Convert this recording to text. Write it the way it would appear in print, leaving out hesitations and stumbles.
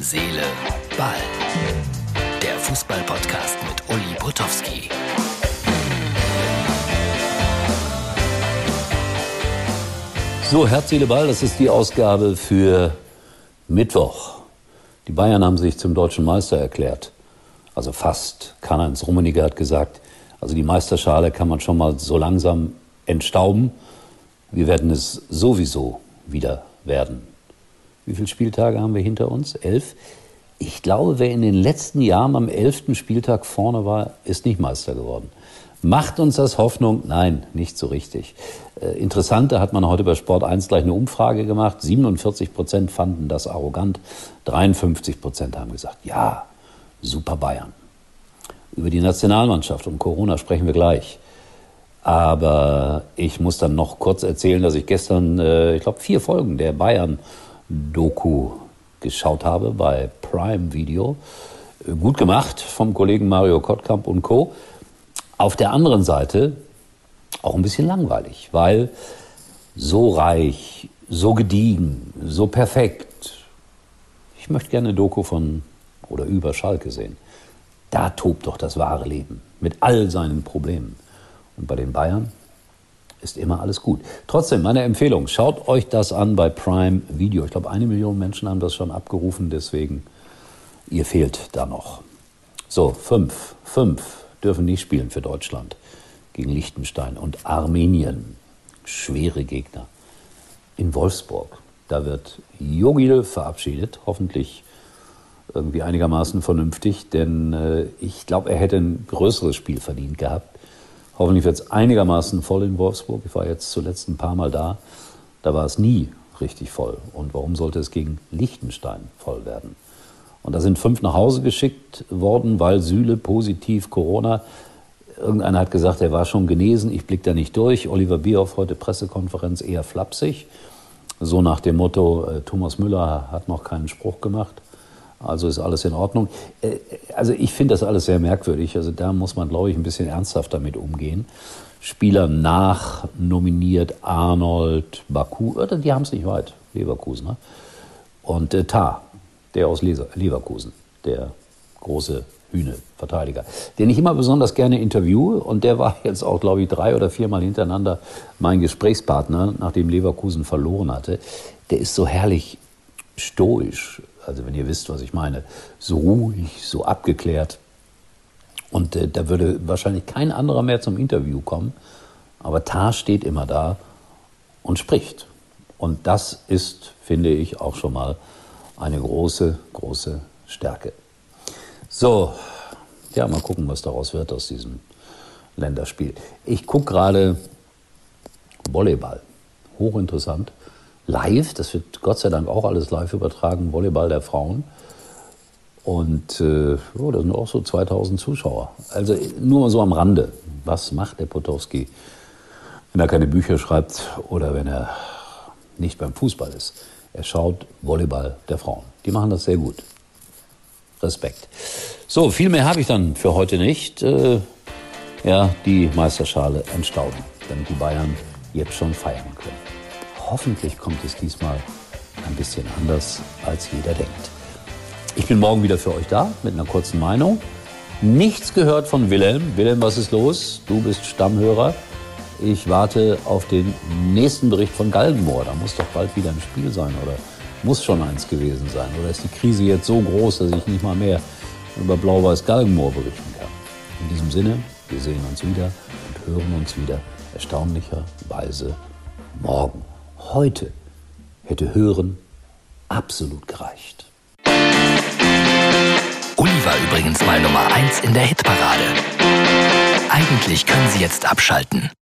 Seele, Ball. Der Fußball-Podcast mit Uli Potowski. So, Herz, Seele, Ball, das ist die Ausgabe für Mittwoch. Die Bayern haben sich zum deutschen Meister erklärt. Also fast. Karl-Heinz Rummenigge hat gesagt, also die Meisterschale kann man schon mal so langsam entstauben. Wir werden es sowieso wieder werden. Wie viele Spieltage haben wir hinter uns? 11. Ich glaube, wer in den letzten Jahren am 11. Spieltag vorne war, ist nicht Meister geworden. Macht uns das Hoffnung? Nein, nicht so richtig. Interessanter hat man heute bei Sport 1 gleich eine Umfrage gemacht. 47% fanden das arrogant. 53% haben gesagt, ja, super Bayern. Über die Nationalmannschaft und Corona sprechen wir gleich. Aber ich muss dann noch kurz erzählen, dass ich gestern, 4 Folgen der Bayern-Doku geschaut habe bei Prime Video. Gut gemacht vom Kollegen Mario Kottkamp und Co. Auf der anderen Seite auch ein bisschen langweilig, weil so reich, so gediegen, so perfekt. Ich möchte gerne eine Doku von oder über Schalke sehen. Da tobt doch das wahre Leben mit all seinen Problemen. Und bei den Bayern ist immer alles gut. Trotzdem, meine Empfehlung, schaut euch das an bei Prime Video. Ich glaube, 1 Million Menschen haben das schon abgerufen, deswegen, ihr fehlt da noch. So, 5 dürfen nicht spielen für Deutschland gegen Liechtenstein und Armenien. Schwere Gegner. In Wolfsburg, da wird Jogi Löw verabschiedet, hoffentlich irgendwie einigermaßen vernünftig, denn ich glaube, er hätte ein größeres Spiel verdient gehabt. Hoffentlich wird es einigermaßen voll in Wolfsburg. Ich war jetzt zuletzt ein paar Mal da. Da war es nie richtig voll. Und warum sollte es gegen Liechtenstein voll werden? Und da sind 5 nach Hause geschickt worden, weil Süle positiv Corona. Irgendeiner hat gesagt, er war schon genesen. Ich blicke da nicht durch. Oliver Bierhoff heute Pressekonferenz eher flapsig. So nach dem Motto, Thomas Müller hat noch keinen Spruch gemacht. Also ist alles in Ordnung. Also ich finde das alles sehr merkwürdig. Also da muss man, glaube ich, ein bisschen ernsthafter mit umgehen. Spieler nachnominiert, Arnold, Baku, die haben es nicht weit, Leverkusen. Ne? Und Tah, der aus Leverkusen, der große Hühne-Verteidiger, den ich immer besonders gerne interviewe. Und der war jetzt auch, glaube ich, 3 oder 4 Mal hintereinander mein Gesprächspartner, nachdem Leverkusen verloren hatte. Der ist so herrlich stoisch. Also wenn ihr wisst, was ich meine, so ruhig, so abgeklärt. Und da würde wahrscheinlich kein anderer mehr zum Interview kommen. Aber Tah steht immer da und spricht. Und das ist, finde ich, auch schon mal eine große, große Stärke. So, ja, mal gucken, was daraus wird aus diesem Länderspiel. Ich gucke gerade Volleyball. Hochinteressant. Live, das wird Gott sei Dank auch alles live übertragen, Volleyball der Frauen. Und da sind auch so 2000 Zuschauer. Also nur mal so am Rande. Was macht der Potowski, wenn er keine Bücher schreibt oder wenn er nicht beim Fußball ist? Er schaut Volleyball der Frauen. Die machen das sehr gut. Respekt. So, viel mehr habe ich dann für heute nicht. Die Meisterschale entstauben, damit die Bayern jetzt schon feiern können. Hoffentlich kommt es diesmal ein bisschen anders, als jeder denkt. Ich bin morgen wieder für euch da mit einer kurzen Meinung. Nichts gehört von Wilhelm. Wilhelm, was ist los? Du bist Stammhörer. Ich warte auf den nächsten Bericht von Galgenmoor. Da muss doch bald wieder ein Spiel sein oder muss schon eins gewesen sein. Oder ist die Krise jetzt so groß, dass ich nicht mal mehr über Blau-Weiß Galgenmoor berichten kann? In diesem Sinne, wir sehen uns wieder und hören uns wieder erstaunlicherweise morgen. Heute hätte Hören absolut gereicht. Uli war übrigens mal Nummer 1 in der Hitparade. Eigentlich können Sie jetzt abschalten.